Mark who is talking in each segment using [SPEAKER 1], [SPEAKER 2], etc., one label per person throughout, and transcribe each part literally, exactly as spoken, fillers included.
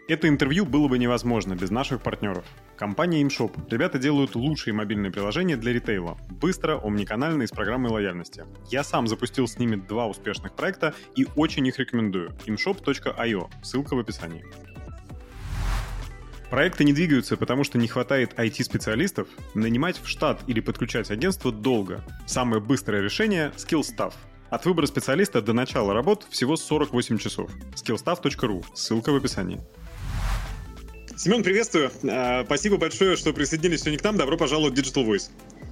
[SPEAKER 1] Это интервью было бы невозможно без наших партнеров. Компания ImShop. Ребята делают лучшие мобильные приложения для ритейла. Быстро, омниканально и с программой лояльности. Я сам запустил с ними два успешных проекта и очень их рекомендую. имшоп точка ай о. Ссылка в описании. Проекты не двигаются, потому что не хватает ай ти-специалистов. Нанимать в штат или подключать агентство долго. Самое быстрое решение — SkillStaff. От выбора специалиста до начала работ всего сорок восемь часов. скиллстафф точка ру. Ссылка в описании. Семен, приветствую. Спасибо большое, что присоединились сегодня к нам. Добро пожаловать в Digital Voice.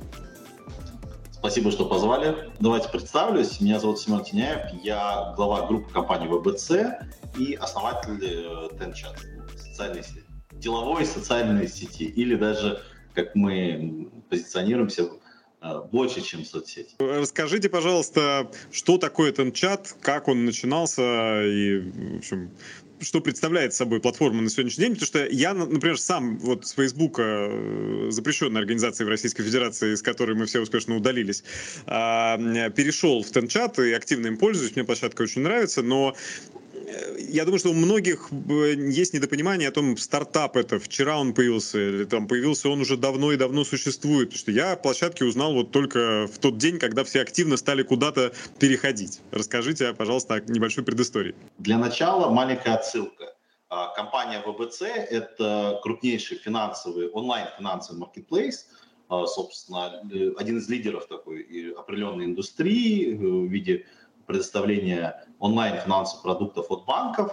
[SPEAKER 2] Спасибо, что позвали. Давайте представлюсь. Меня зовут Семен Тиняев. Я глава группы компании ви би си и основатель TenChat, социальной сети, деловой социальной сети, или даже, как мы позиционируемся, больше, чем соцсети.
[SPEAKER 1] Расскажите, пожалуйста, что такое TenChat, как он начинался и, в общем, что представляет собой платформа на сегодняшний день, потому что я, например, сам вот с Фейсбука, запрещенной организации в Российской Федерации, с которой мы все успешно удалились, перешел в TenChat и активно им пользуюсь, мне площадка очень нравится, но я думаю, что у многих есть недопонимание о том, стартап это, вчера он появился, или там появился он уже давно и давно существует. Потому что я о площадке узнал вот только в тот день, когда все активно стали куда-то переходить. Расскажите, пожалуйста, о небольшой предыстории.
[SPEAKER 2] Для начала маленькая отсылка. Компания ви би си – это крупнейший финансовый, онлайн-финансовый маркетплейс, собственно, один из лидеров такой определенной индустрии в виде предоставления онлайн-финансовых продуктов от банков.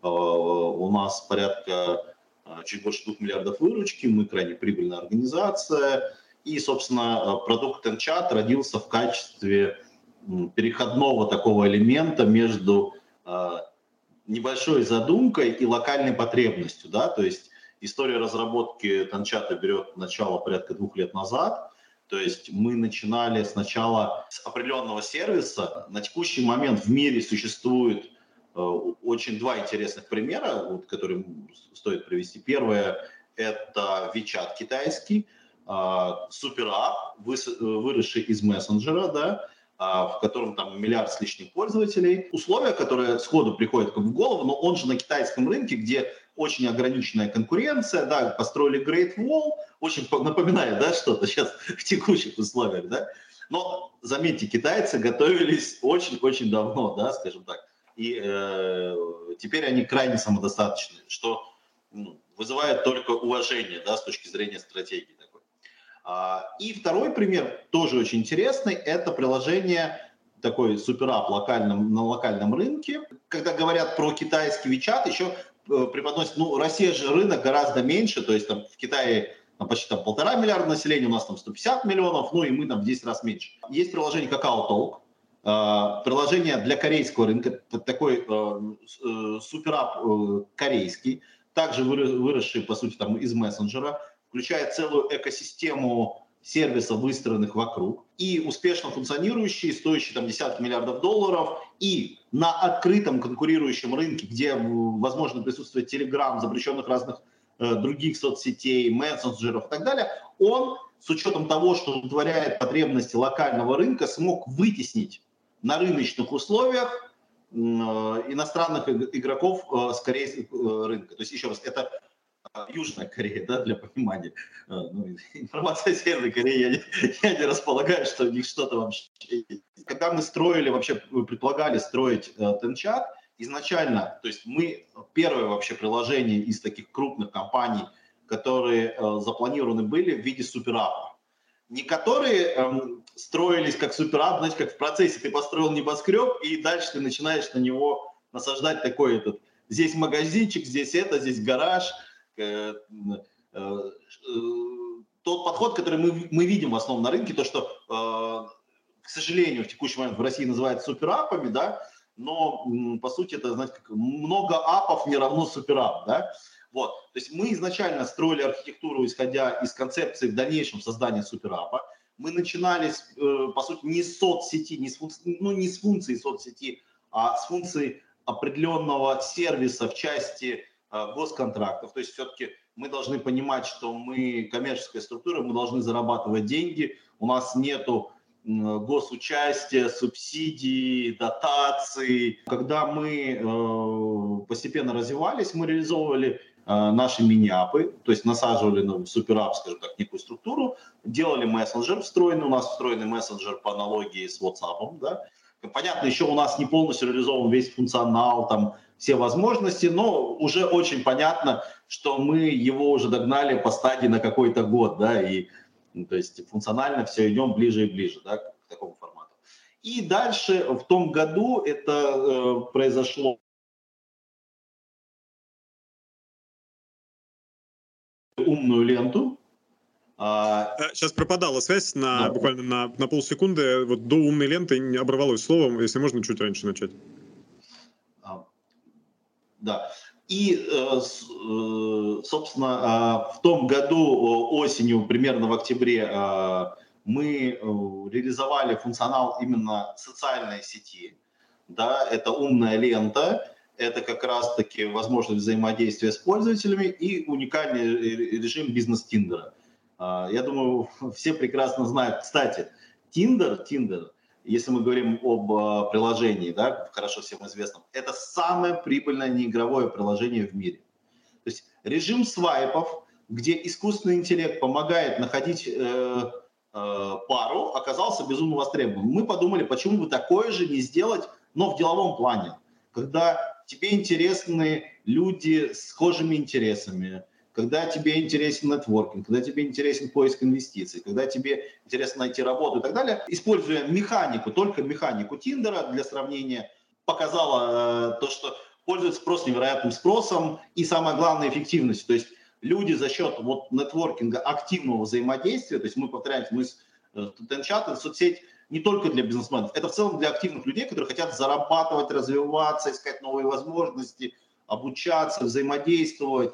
[SPEAKER 2] У нас порядка чуть больше двух миллиардов выручки, мы крайне прибыльная организация. И, собственно, продукт TenChat родился в качестве переходного такого элемента между небольшой задумкой и локальной потребностью. Да? То есть история разработки TenChat берет начало порядка двух лет назад. То есть мы начинали сначала с определенного сервиса. На текущий момент в мире существует э, очень два интересных примера, вот, которые стоит привести. Первое – это WeChat китайский, э, суперап, выросший из мессенджера, да, э, в котором там миллиард с лишним пользователей. Условия, которые сходу приходят как в голову, но он же на китайском рынке, где очень ограниченная конкуренция, да, построили Great Wall, очень напоминает, да, что-то сейчас в текущих условиях, да. Но, заметьте, китайцы готовились очень-очень давно, да, скажем так, и э, теперь они крайне самодостаточны, что ну, вызывает только уважение, да, с точки зрения стратегии такой. А, и второй пример, тоже очень интересный, это приложение, такой суперап локальном, на локальном рынке. Когда говорят про китайский WeChat, еще преподносит, ну, Россия же рынок гораздо меньше, то есть там в Китае там, почти там, полтора миллиарда населения, у нас там сто пятьдесят миллионов, ну и мы там в десять раз меньше. Есть приложение KakaoTalk, э, приложение для корейского рынка, такой э, э, суперап э, корейский, также выросший, по сути, там, из мессенджера, включает целую экосистему сервисов, выстроенных вокруг, и успешно функционирующие, стоящие там десятки миллиардов долларов, и на открытом конкурирующем рынке, где возможно присутствие Telegram, запрещенных разных э, других соцсетей, мессенджеров и так далее, он, с учетом того, что удовлетворяет потребности локального рынка, смог вытеснить на рыночных условиях э, иностранных игроков э, с корейского рынка. То есть, еще раз, это Южная Корея, да, для понимания. Ну, информация о Северной Корее, я не, я не располагаю, что у них что-то вообще есть. Когда мы строили, вообще предполагали строить э, TenChat, изначально, то есть мы первое вообще приложение из таких крупных компаний, которые э, запланированы были в виде суперапа. Не которые э, строились как суперап, знаете, как в процессе ты построил небоскреб, и дальше ты начинаешь на него насаждать такой этот, здесь магазинчик, здесь это, здесь гараж. Тот подход, который мы, мы видим в основном на рынке, то, что, к сожалению, в текущий момент в России называют суперапами, да, но, по сути, это, знаете, как много апов не равно суперап, да. Вот. То есть мы изначально строили архитектуру, исходя из концепции в дальнейшем создания суперапа. Мы начинали, по сути, не с соцсети, не с функции, ну, не с функции соцсети, а с функции определенного сервиса в части госконтрактов. То есть все-таки мы должны понимать, что мы коммерческая структура, мы должны зарабатывать деньги. У нас нету госучастия, субсидий, дотаций. Когда мы э, постепенно развивались, мы реализовывали э, наши мини-апы, то есть насаживали на суперап, скажем так, некую структуру, делали мессенджер встроенный, у нас встроенный мессенджер по аналогии с WhatsApp, да. Понятно, еще у нас не полностью реализован весь функционал, там, все возможности, но уже очень понятно, что мы его уже догнали по стадии на какой-то год, да, и ну, то есть функционально все идем ближе и ближе, да, к такому формату. И дальше в том году это э, произошло умную ленту.
[SPEAKER 1] Сейчас пропадала связь на,
[SPEAKER 2] Да.
[SPEAKER 1] буквально на, на полсекунды. Вот до умной ленты не оборвалось словом, если можно чуть раньше начать.
[SPEAKER 2] Да. И, собственно, в том году осенью, примерно в октябре, мы реализовали функционал именно социальной сети. Да, это умная лента, это как раз-таки возможность взаимодействия с пользователями и уникальный режим бизнес-тиндера. Я думаю, все прекрасно знают. Кстати, Tinder, Tinder, если мы говорим об приложении, да, хорошо всем известном, это самое прибыльное неигровое приложение в мире. То есть режим свайпов, где искусственный интеллект помогает находить э, э, пару, оказался безумно востребован. Мы подумали, почему бы такое же не сделать, но в деловом плане, когда тебе интересны люди с схожими интересами, когда тебе интересен нетворкинг, когда тебе интересен поиск инвестиций, когда тебе интересно найти работу и так далее, используя механику, только механику Тиндера для сравнения, показала э, то, что пользуется просто невероятным спросом и, самое главное, эффективностью. То есть люди за счет вот нетворкинга, активного взаимодействия, то есть мы повторяемся, мы с э, Тенчат, это соцсеть не только для бизнесменов, это в целом для активных людей, которые хотят зарабатывать, развиваться, искать новые возможности, обучаться, взаимодействовать.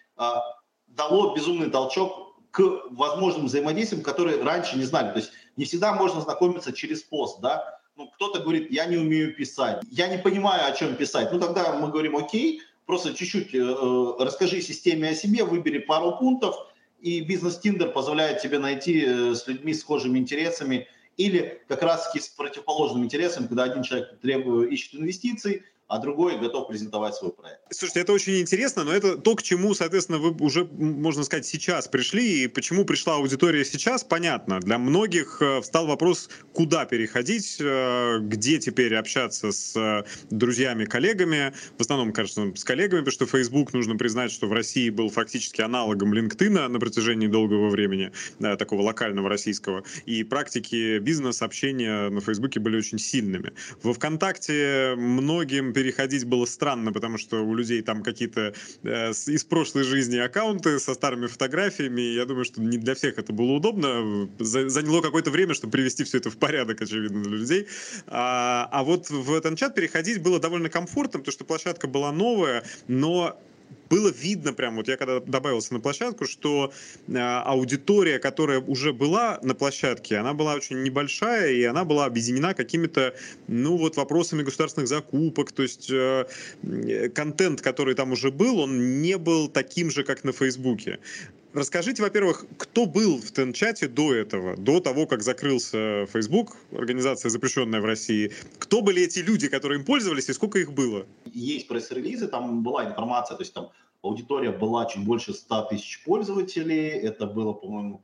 [SPEAKER 2] Дало безумный толчок к возможным взаимодействиям, которые раньше не знали. То есть не всегда можно знакомиться через пост, да. Ну, кто-то говорит, я не умею писать, я не понимаю, о чем писать. Ну, тогда мы говорим, окей, просто чуть-чуть э, расскажи системе о себе, выбери пару пунктов, и бизнес-тиндер позволяет тебе найти э, с людьми с схожими интересами или как раз-таки с противоположным интересом, когда один человек требует, ищет инвестиций, а другой готов презентовать свой проект.
[SPEAKER 1] Слушайте, это очень интересно, но это то, к чему, соответственно, вы уже, можно сказать, сейчас пришли, и почему пришла аудитория сейчас, понятно. Для многих встал вопрос, куда переходить, где теперь общаться с друзьями, коллегами, в основном, кажется, с коллегами, потому что Facebook, нужно признать, что в России был фактически аналогом LinkedIn на протяжении долгого времени, да, такого локального российского, и практики бизнес-общения на Facebook были очень сильными. Во ВКонтакте многим переходить было странно, потому что у людей там какие-то э, из прошлой жизни аккаунты со старыми фотографиями. Я думаю, что не для всех это было удобно. За, заняло какое-то время, чтобы привести все это в порядок, очевидно, для людей. А, а вот в Тенчат переходить было довольно комфортно, потому что площадка была новая, но было видно прям, вот я когда добавился на площадку, что э, аудитория, которая уже была на площадке, она была очень небольшая, и она была объединена какими-то, ну вот, вопросами государственных закупок, то есть э, контент, который там уже был, он не был таким же, как на Фейсбуке. Расскажите, во-первых, кто был в Тенчате до этого, до того, как закрылся Facebook, организация, запрещенная в России? Кто были эти люди, которые им пользовались, и сколько их было?
[SPEAKER 2] Есть пресс-релизы, там была информация, то есть там аудитория была чуть больше ста тысяч пользователей, это было, по-моему,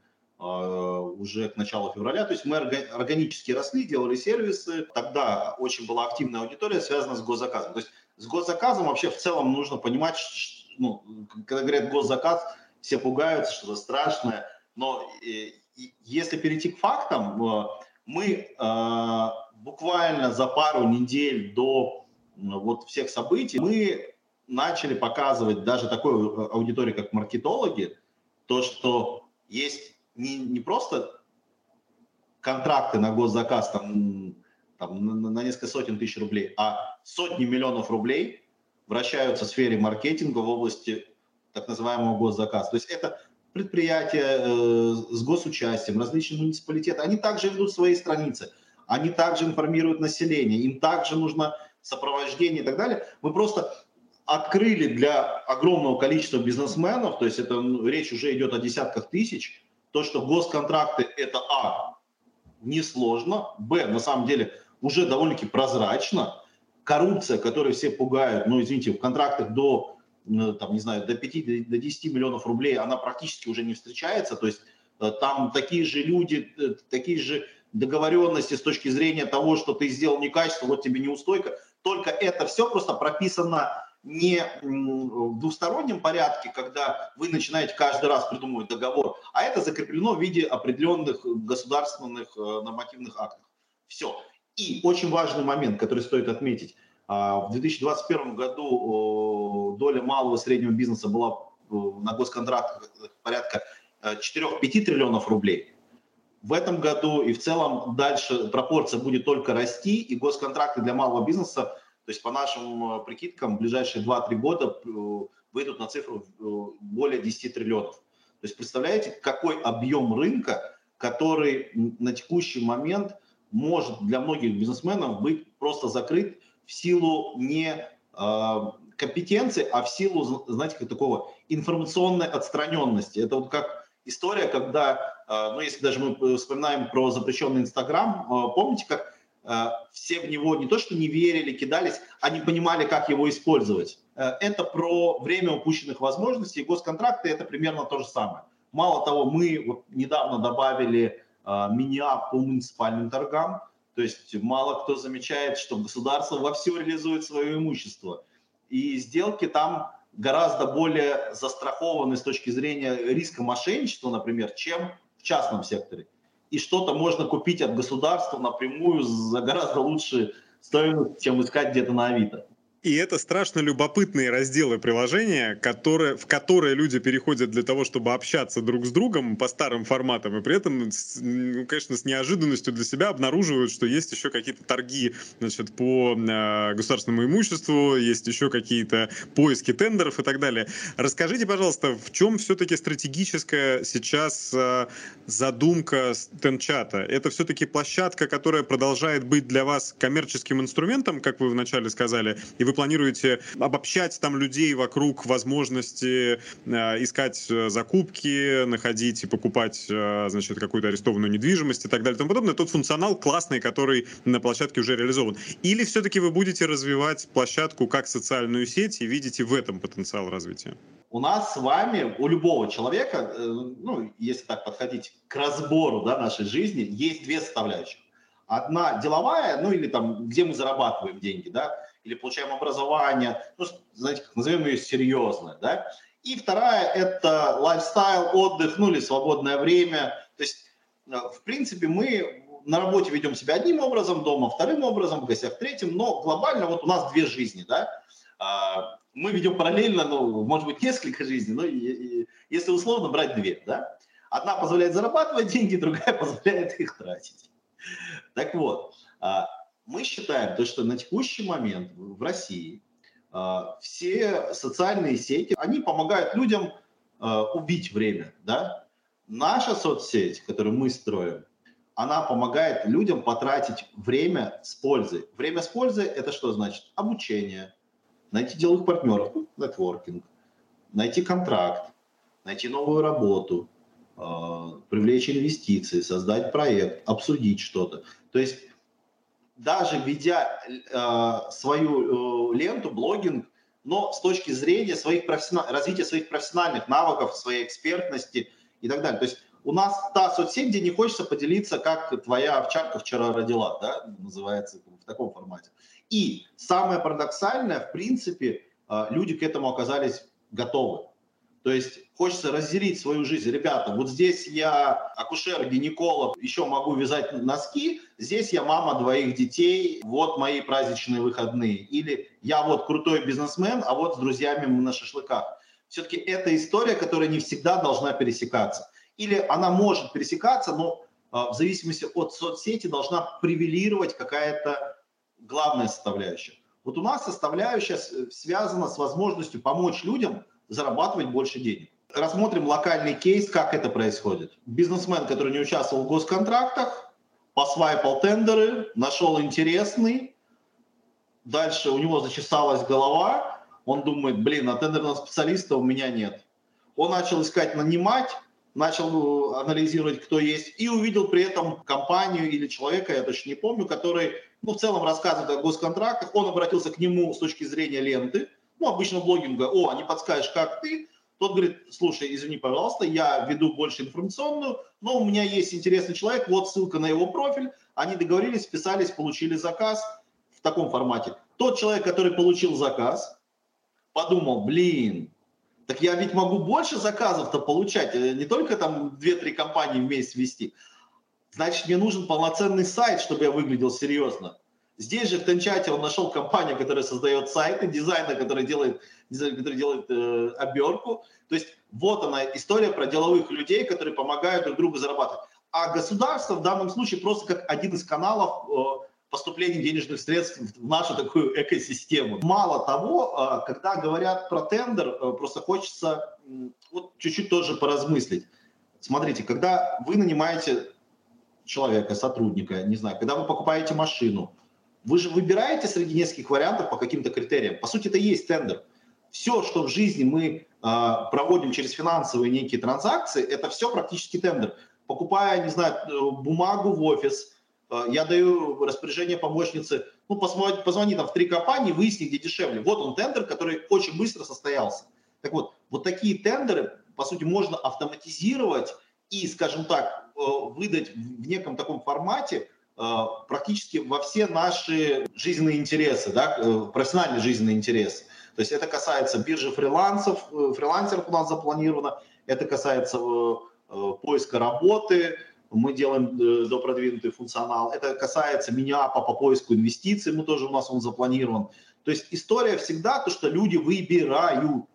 [SPEAKER 2] уже к началу февраля, то есть мы органически росли, делали сервисы, тогда очень была активная аудитория, связанная с госзаказом. То есть с госзаказом вообще в целом нужно понимать, ну, когда говорят госзаказ, все пугаются, что это страшное, но э, если перейти к фактам, э, мы э, буквально за пару недель до э, вот всех событий мы начали показывать даже такой аудитории, как маркетологи, то, что есть не, не просто контракты на госзаказ там, там, на, на несколько сотен тысяч рублей, а сотни миллионов рублей вращаются в сфере маркетинга в области так называемого госзаказа. То есть это предприятия э, с госучастием, различные муниципалитеты, они также ведут свои страницы, они также информируют население, им также нужно сопровождение и так далее. Мы просто открыли для огромного количества бизнесменов, то есть это ну, речь уже идет о десятках тысяч, то, что госконтракты это а, несложно, б, на самом деле уже довольно-таки прозрачно. Коррупция, которой все пугают, ну, извините, в контрактах до, там, не знаю, до пяти, до десяти миллионов рублей она практически уже не встречается, то есть там такие же люди, такие же договоренности с точки зрения того, что ты сделал некачественно, вот тебе неустойка. Только это все просто прописано не в двустороннем порядке, когда вы начинаете каждый раз придумывать договор, а это закреплено в виде определенных государственных нормативных актов. Все. И очень важный момент, который стоит отметить. В две тысячи двадцать первом году доля малого и среднего бизнеса была на госконтрактах порядка четыре-пять триллионов рублей. В этом году и в целом дальше пропорция будет только расти, и госконтракты для малого бизнеса, то есть по нашим прикидкам, в ближайшие два-три года выйдут на цифру более десяти триллионов. То есть представляете, какой объем рынка, который на текущий момент может для многих бизнесменов быть просто закрыт в силу не э, компетенции, а в силу, знаете, как такого информационной отстраненности. Это вот как история, когда, э, ну если даже мы вспоминаем про запрещенный Инстаграм, э, помните, как э, все в него не то что не верили, кидались, а не понимали, как его использовать. Э, это про время упущенных возможностей, и госконтракты это примерно то же самое. Мало того, мы вот недавно добавили мини-ап по муниципальным торгам, то есть мало кто замечает, что государство вовсю реализует свое имущество. И сделки там гораздо более застрахованы с точки зрения риска мошенничества, например, чем в частном секторе. И что-то можно купить от государства напрямую за гораздо лучшую стоимость, чем искать где-то на Авито.
[SPEAKER 1] И это страшно любопытные разделы приложения, которые, в которые люди переходят для того, чтобы общаться друг с другом по старым форматам, и при этом, ну, конечно, с неожиданностью для себя обнаруживают, что есть еще какие-то торги, значит, по э, государственному имуществу, есть еще какие-то поиски тендеров и так далее. Расскажите, пожалуйста, в чем все-таки стратегическая сейчас э, задумка Тенчата? Это все-таки площадка, которая продолжает быть для вас коммерческим инструментом, как вы вначале сказали, и вы планируете обобщать там людей вокруг возможности э, искать закупки, находить и покупать, э, значит, какую-то арестованную недвижимость и так далее и тому подобное. Тот функционал классный, который на площадке уже реализован. Или все-таки вы будете развивать площадку как социальную сеть и видите в этом потенциал развития?
[SPEAKER 2] У нас с вами, у любого человека, э, ну, если так подходить к разбору, да, нашей жизни, есть две составляющих. Одна деловая, ну или там, где мы зарабатываем деньги, да, или получаем образование, ну, знаете, назовем ее серьезное, да. И вторая – это лайфстайл, отдых, ну или свободное время. То есть, в принципе, мы на работе ведем себя одним образом, дома вторым образом, в гостях третьим, но глобально вот у нас две жизни, да. Мы ведем параллельно, ну, может быть, несколько жизней, но если условно брать две, да. Одна позволяет зарабатывать деньги, другая позволяет их тратить. Так вот, мы считаем, что на текущий момент в России все социальные сети, они помогают людям убить время. Да? Наша соцсеть, которую мы строим, она помогает людям потратить время с пользой. Время с пользой – это что значит? Обучение, найти деловых партнеров, нетворкинг, найти контракт, найти новую работу, привлечь инвестиции, создать проект, обсудить что-то. То есть даже ведя э, свою э, ленту, блогинг, но с точки зрения своих профессионал... развития своих профессиональных навыков, своей экспертности и так далее. То есть у нас та соцсеть, где не хочется поделиться, как твоя овчарка вчера родила, да, называется в таком формате. И самое парадоксальное, в принципе, э, люди к этому оказались готовы. То есть хочется разделить свою жизнь. Ребята, вот здесь я акушер, гинеколог, еще могу вязать носки, здесь я мама двоих детей, вот мои праздничные выходные. Или я вот крутой бизнесмен, а вот с друзьями мы на шашлыках. Все-таки это история, которая не всегда должна пересекаться. Или она может пересекаться, но в зависимости от соцсети должна превалировать какая-то главная составляющая. Вот у нас составляющая связана с возможностью помочь людям зарабатывать больше денег. Рассмотрим локальный кейс, как это происходит. Бизнесмен, который не участвовал в госконтрактах, посвайпал тендеры, нашел интересный, дальше у него зачесалась голова, он думает, блин, а тендерного специалиста у меня нет. Он начал искать нанимать, начал анализировать, кто есть, и увидел при этом компанию или человека, я точно не помню, который, ну, в целом рассказывает о госконтрактах. Он обратился к нему с точки зрения ленты, ну, обычно блогинга, о, не подскажешь, как ты? Тот говорит, слушай, извини, пожалуйста, я веду больше информационную, но у меня есть интересный человек, вот ссылка на его профиль. Они договорились, списались, получили заказ в таком формате. Тот человек, который получил заказ, подумал, блин, так я ведь могу больше заказов-то получать, не только там две-три компании в месяц вести. Значит, мне нужен полноценный сайт, чтобы я выглядел серьезно. Здесь же в Тенчате он нашел компанию, которая создает сайты, дизайнер, который делает, дизайнер, который делает э, обертку. То есть вот она история про деловых людей, которые помогают друг другу зарабатывать. А государство в данном случае просто как один из каналов э, поступления денежных средств в нашу такую экосистему. Мало того, э, когда говорят про тендер, э, просто хочется э, вот чуть-чуть тоже поразмыслить. Смотрите, когда вы нанимаете человека, сотрудника, не знаю, когда вы покупаете машину, вы же выбираете среди нескольких вариантов по каким-то критериям. По сути, это и есть тендер. Все, что в жизни мы э, проводим через финансовые некие транзакции, это все практически тендер. Покупая, не знаю, бумагу в офис, э, я даю распоряжение помощнице, ну, посмотри, позвони там в три компании, выясни, где дешевле. Вот он тендер, который очень быстро состоялся. Так вот, вот такие тендеры, по сути, можно автоматизировать и, скажем так, э, выдать в неком таком формате, практически во все наши жизненные интересы, да, профессиональные жизненные интересы. То есть это касается биржи фрилансов, фрилансеров у нас запланировано, это касается поиска работы, мы делаем допродвинутый функционал, это касается мини-апа по поиску инвестиций, мы тоже у нас он запланирован. То есть история всегда то, что люди выбирают.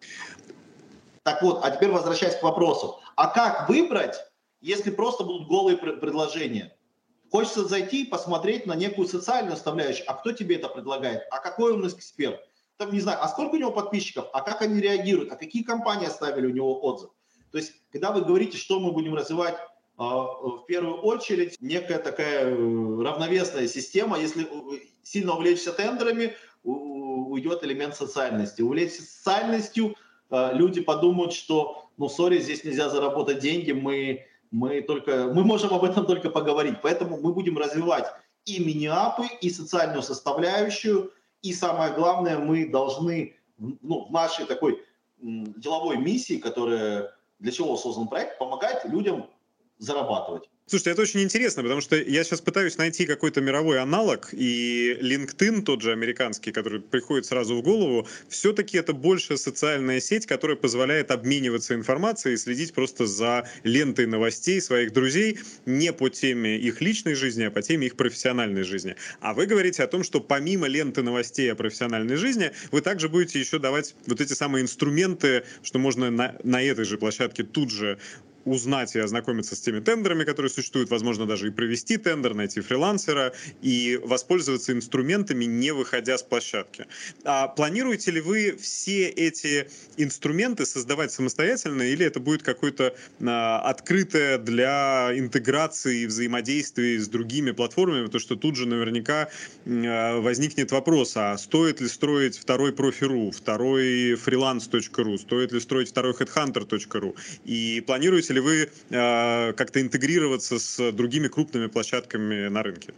[SPEAKER 2] Так вот, а теперь возвращаясь к вопросу, а как выбрать, если просто будут голые предложения? Хочется зайти и посмотреть на некую социальную составляющую. А кто тебе это предлагает? А какой он эксперт? Там, не знаю, а сколько у него подписчиков? А как они реагируют? А какие компании оставили у него отзыв? То есть, когда вы говорите, что мы будем развивать, э, в первую очередь, некая такая э, равновесная система. Если сильно увлечься тендерами, у, уйдет элемент социальности. Увлечься социальностью, э, люди подумают, что, ну, сори, здесь нельзя заработать деньги, мы... Мы, только, мы можем об этом только поговорить. Поэтому мы будем развивать и мини-апы, и социальную составляющую. И самое главное, мы должны, ну, в нашей такой м, деловой миссии, которая, для чего создан проект, помогать людям зарабатывать.
[SPEAKER 1] Слушайте, это очень интересно, потому что я сейчас пытаюсь найти какой-то мировой аналог, и LinkedIn, тот же американский, который приходит сразу в голову, все-таки это больше социальная сеть, которая позволяет обмениваться информацией и следить просто за лентой новостей своих друзей не по теме их личной жизни, а по теме их профессиональной жизни. А вы говорите о том, что помимо ленты новостей о профессиональной жизни, вы также будете еще давать вот эти самые инструменты, что можно на, на этой же площадке тут же узнать и ознакомиться с теми тендерами, которые существуют, возможно, даже и провести тендер, найти фрилансера и воспользоваться инструментами, не выходя с площадки. А планируете ли вы все эти инструменты создавать самостоятельно, или это будет какое-то а, открытое для интеграции и взаимодействия с другими платформами, потому что тут же наверняка а, возникнет вопрос, а стоит ли строить второй профи.ру, второй фриланс.ру, стоит ли строить второй хедхантер.ру, и планируете ли вы э, как-то интегрироваться с другими крупными площадками на рынке?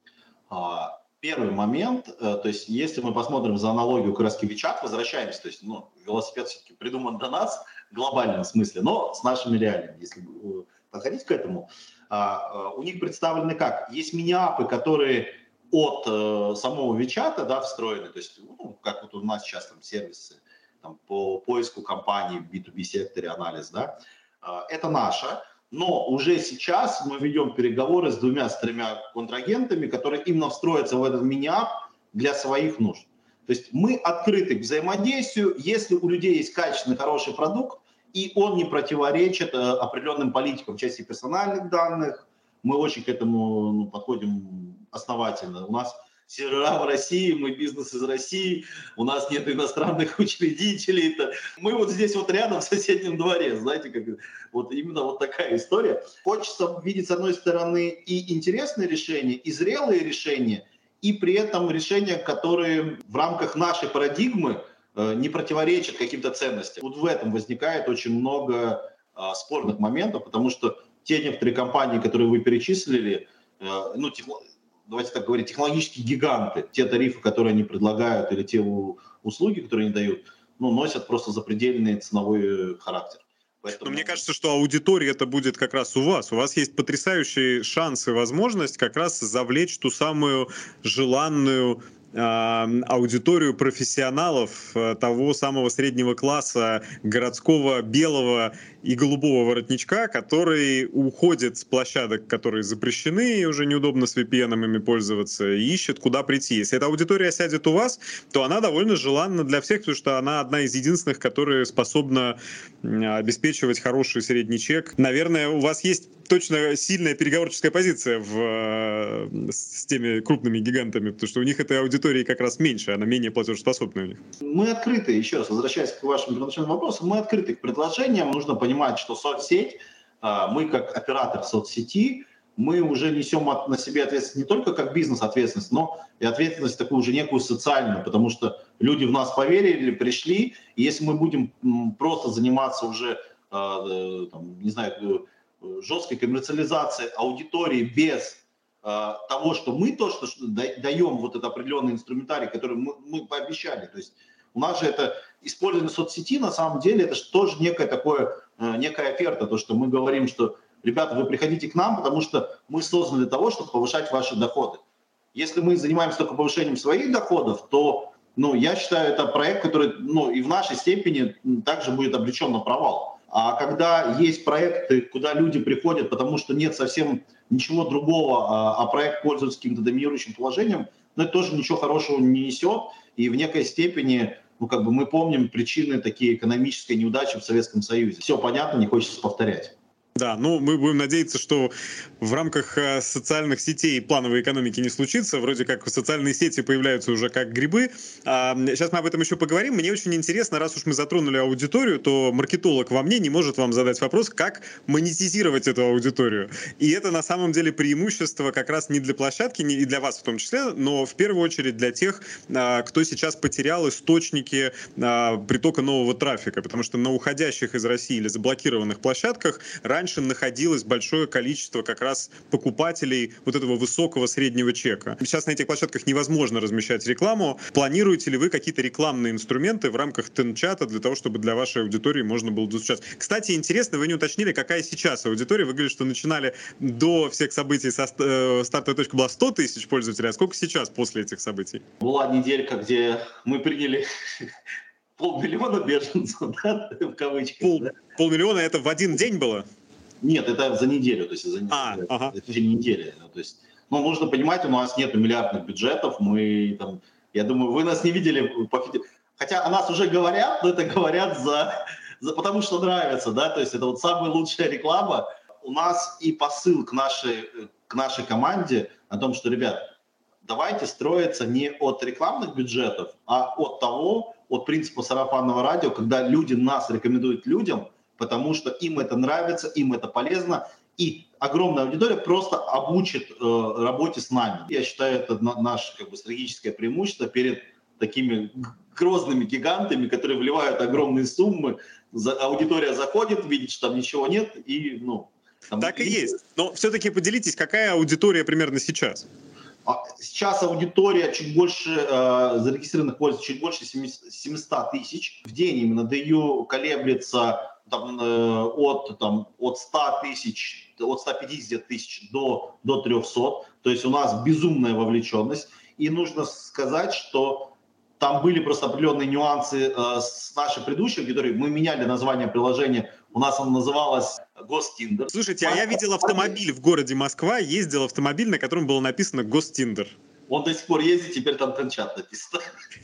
[SPEAKER 2] Первый момент, то есть если мы посмотрим за аналогию как раз WeChat, возвращаемся, то есть ну, велосипед все-таки придуман до нас в глобальном смысле, но с нашими реалиями, если подходить к этому. У них представлены как? Есть мини-апы, которые от самого WeChat, да, встроены, то есть ну, как вот у нас сейчас там сервисы там, по поиску компаний в би ту би секторе, анализ, да, это наша, но уже сейчас мы ведем переговоры с двумя, с тремя контрагентами, которые именно встроятся в этот мини-ап для своих нужд. То есть мы открыты к взаимодействию, если у людей есть качественный, хороший продукт, и он не противоречит определенным политикам в части персональных данных, мы очень к этому ну, подходим основательно. У нас сервера в России, мы бизнес из России, у нас нет иностранных учредителей. Это... Мы вот здесь вот рядом в соседнем дворе, знаете, как вот именно вот такая история. Хочется видеть, с одной стороны, и интересные решения, и зрелые решения, и при этом решения, которые в рамках нашей парадигмы не противоречат каким-то ценностям. Вот в этом возникает очень много а, спорных моментов, потому что те некоторые компании, которые вы перечислили, а, ну, техно, давайте так говорить, технологические гиганты, те тарифы, которые они предлагают, или те у, услуги, которые они дают, ну, носят просто запредельный ценовой характер.
[SPEAKER 1] Поэтому... Но мне кажется, что аудитория это будет как раз у вас. У вас есть потрясающий шанс и возможность как раз завлечь ту самую желанную аудиторию профессионалов того самого среднего класса городского белого и голубого воротничка, который уходит с площадок, которые запрещены, и уже неудобно с ви пи эн ами пользоваться, и ищет, куда прийти. Если эта аудитория сядет у вас, то она довольно желанна для всех, потому что она одна из единственных, которая способна обеспечивать хороший средний чек. Наверное, у вас есть точно сильная переговорческая позиция в, с теми крупными гигантами, потому что у них этой аудитории как раз меньше, она менее платежеспособная у них.
[SPEAKER 2] Мы открыты, еще раз возвращаясь к вашим первоначальным вопросам, мы открыты к предложениям. Нужно понимать, что соцсеть, мы как оператор соцсети, мы уже несем на себе ответственность не только как бизнес-ответственность, но и ответственность такую уже некую социальную, потому что люди в нас поверили, пришли, и если мы будем просто заниматься уже, там, не знаю, жесткой коммерциализацией аудитории без э, того, что мы то, что даем вот этот определенный инструментарий, который мы, мы пообещали. То есть у нас же это использование соцсети, на самом деле, это же тоже некое такое, э, некая оферта, то, что мы говорим, что, ребята, вы приходите к нам, потому что мы созданы для того, чтобы повышать ваши доходы. Если мы занимаемся только повышением своих доходов, то, ну, я считаю, это проект, который, ну, и в нашей степени также будет обречен на провал. А когда есть проекты, куда люди приходят, потому что нет совсем ничего другого, а, а проект пользуется каким-то доминирующим положением, ну, это тоже ничего хорошего не несет. И в некой степени, ну, как бы мы помним причины такие экономической неудачи в Советском Союзе. Все понятно, не хочется повторять.
[SPEAKER 1] Да, ну мы будем надеяться, что в рамках социальных сетей плановой экономики не случится. Вроде как социальные сети появляются уже как грибы. А, сейчас мы об этом еще поговорим. Мне очень интересно, раз уж мы затронули аудиторию, то маркетолог во мне не может вам задать вопрос, как монетизировать эту аудиторию. И это на самом деле преимущество как раз не для площадки, не и для вас в том числе, но в первую очередь для тех, кто сейчас потерял источники притока нового трафика. Потому что на уходящих из России или заблокированных площадках раньше находилось большое количество как раз покупателей вот этого высокого среднего чека. Сейчас на этих площадках невозможно размещать рекламу. Планируете ли вы какие-то рекламные инструменты в рамках Тенчата для того, чтобы для вашей аудитории можно было достучаться? Кстати, интересно, вы не уточнили, какая сейчас аудитория. Вы говорили, что начинали до всех событий со э, стартовая точка была сто тысяч пользователей, а сколько сейчас после этих событий?
[SPEAKER 2] Была неделька, где мы приняли полмиллиона беженцев, да, в кавычках.
[SPEAKER 1] Пол,
[SPEAKER 2] да?
[SPEAKER 1] Полмиллиона это в один день было?
[SPEAKER 2] Нет, это за неделю, то есть за
[SPEAKER 1] а,
[SPEAKER 2] это,
[SPEAKER 1] ага.
[SPEAKER 2] это в течение недели. То есть, ну, нужно понимать, у нас нет миллиардных бюджетов, мы там, я думаю, вы нас не видели, хотя о нас уже говорят, но это говорят за, за потому что нравится, да, то есть это вот самая лучшая реклама. У нас и посыл к нашей, к нашей команде о том, что, ребят, давайте строиться не от рекламных бюджетов, а от того, от принципа сарафанного радио, когда люди нас рекомендуют людям, потому что им это нравится, им это полезно, и огромная аудитория просто обучит э, работе с нами. Я считаю, это на, наше как бы, стратегическое преимущество перед такими грозными гигантами, которые вливают огромные суммы, за, аудитория заходит, видит, что там ничего нет, и, ну... Там,
[SPEAKER 1] так и
[SPEAKER 2] и...
[SPEAKER 1] есть. Но все-таки поделитесь, какая аудитория примерно сейчас?
[SPEAKER 2] Сейчас аудитория чуть больше, э, зарегистрированных пользователей, чуть больше семьсот тысяч. В день именно ДЮ колеблется там, э, от, там, от ста тысяч, от ста пятидесяти тысяч до, до трехсот. То есть у нас безумная вовлеченность. И нужно сказать, что там были просто определенные нюансы э, с нашей предыдущей аудиторией. Мы меняли название приложения. У нас оно называлось Гостиндер.
[SPEAKER 1] Слушайте, а я видел автомобиль в городе Москва, ездил автомобиль, на котором было написано Гостиндер.
[SPEAKER 2] Он до сих пор ездит, теперь там Тенчат написано.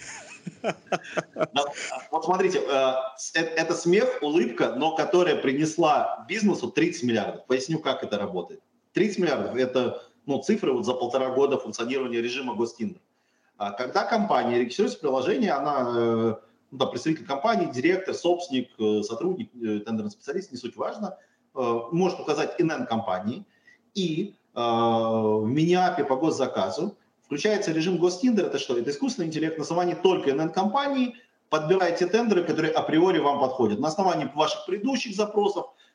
[SPEAKER 2] Вот смотрите, это смех, улыбка, но которая принесла бизнесу тридцать миллиардов. Поясню, как это работает. тридцать миллиардов – это ну, цифры вот за полтора года функционирования режима Гостиндер. Когда компания регистрируется в приложении, она, ну, да, представитель компании, директор, собственник, сотрудник, тендерный специалист, не суть важно, может указать эн эн компании, и в Миниапе по госзаказу включается режим Гостиндер. Это что? Это искусственный интеллект на основании только эн эн компании. Подбирайте тендеры, которые априори вам подходят. На основании ваших предыдущих запросов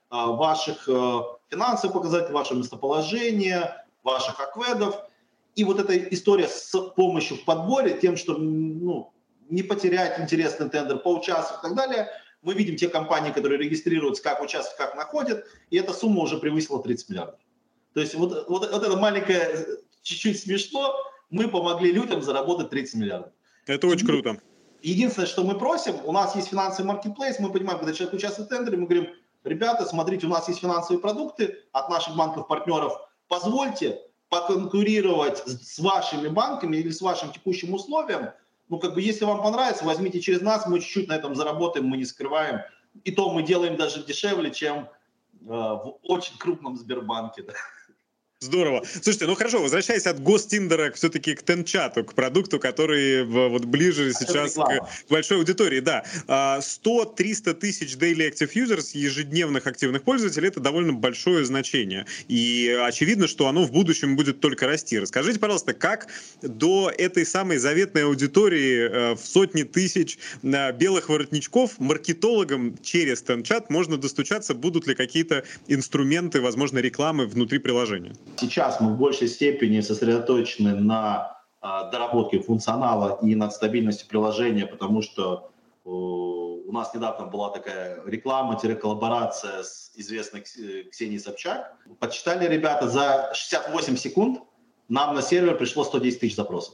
[SPEAKER 2] ваших финансовых показателей, ваше местоположение, ваших акведов. И вот эта история с помощью в подборе, тем, что ну, не потерять интересный тендер, поучаствовать и так далее, мы видим те компании, которые регистрируются, как участвуют, как находят, и эта сумма уже превысила тридцать миллиардов. То есть вот, вот, вот это маленькое, чуть-чуть смешно, мы помогли людям заработать тридцать миллиардов.
[SPEAKER 1] Это очень круто.
[SPEAKER 2] Единственное, что мы просим, у нас есть финансовый маркетплейс, мы понимаем, когда человек участвует в тендере, мы говорим, ребята, смотрите, у нас есть финансовые продукты от наших банков-партнеров, позвольте поконкурировать с вашими банками или с вашим текущим условием. Ну, как бы, если вам понравится, возьмите через нас, мы чуть-чуть на этом заработаем, мы не скрываем. И то мы делаем даже дешевле, чем э, в очень крупном Сбербанке. Да.
[SPEAKER 1] Здорово. Слушайте, ну хорошо, возвращаясь от гостиндера все-таки к Тенчату, к продукту, который вот ближе а сейчас к большой аудитории. Да, сто-триста тысяч daily active users, ежедневных активных пользователей, это довольно большое значение. И очевидно, что оно в будущем будет только расти. Расскажите, пожалуйста, как до этой самой заветной аудитории в сотни тысяч белых воротничков маркетологам через Тенчат можно достучаться? Будут ли какие-то инструменты, возможно, рекламы внутри приложения?
[SPEAKER 2] Сейчас мы в большей степени сосредоточены на э, доработке функционала и над стабильностью приложения, потому что э, у нас недавно была такая реклама-коллаборация с известной Ксенией Собчак. Подсчитали ребята, за шестьдесят восемь секунд нам на сервер пришло сто десять тысяч запросов.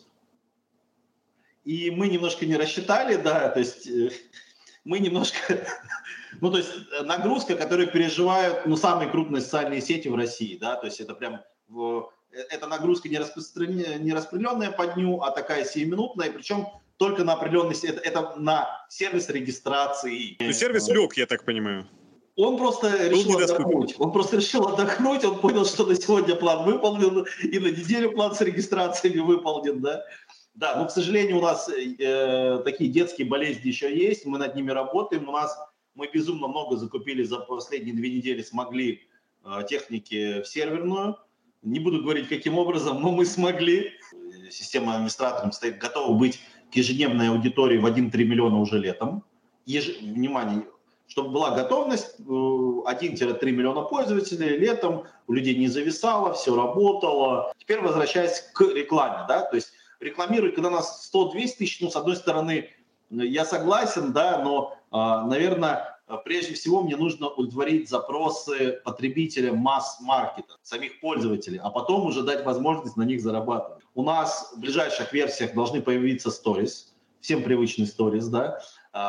[SPEAKER 2] И мы немножко не рассчитали, да, то есть э, мы немножко... Ну, то есть нагрузка, которую переживают, ну, самые крупные социальные сети в России, да, то есть это прям, в, это нагрузка не, не распределенная по дню, а такая сиюминутная, причем только на определенный, это, это на сервис регистрации.
[SPEAKER 1] Ну, сервис лег, я так понимаю.
[SPEAKER 2] Он просто решил отдохнуть, он просто решил отдохнуть, он понял, что на сегодня план выполнен, и на неделю план с регистрациями выполнен, да. Да, но, к сожалению, у нас э, такие детские болезни еще есть, мы над ними работаем, у нас мы безумно много закупили за последние две недели, смогли э, техники в серверную. Не буду говорить, каким образом, но мы смогли. Система администратором стоит готова быть к ежедневной аудитории в один-три миллиона уже летом. Еж... Внимание, чтобы была готовность, один-три миллиона пользователей летом, у людей не зависало, все работало. Теперь возвращаясь к рекламе, да, то есть рекламировать, когда у нас сто-двести тысяч, ну, с одной стороны, я согласен, да, но, наверное, прежде всего мне нужно удовлетворить запросы потребителя масс-маркета, самих пользователей, а потом уже дать возможность на них зарабатывать. У нас в ближайших версиях должны появиться stories, всем привычный stories, да.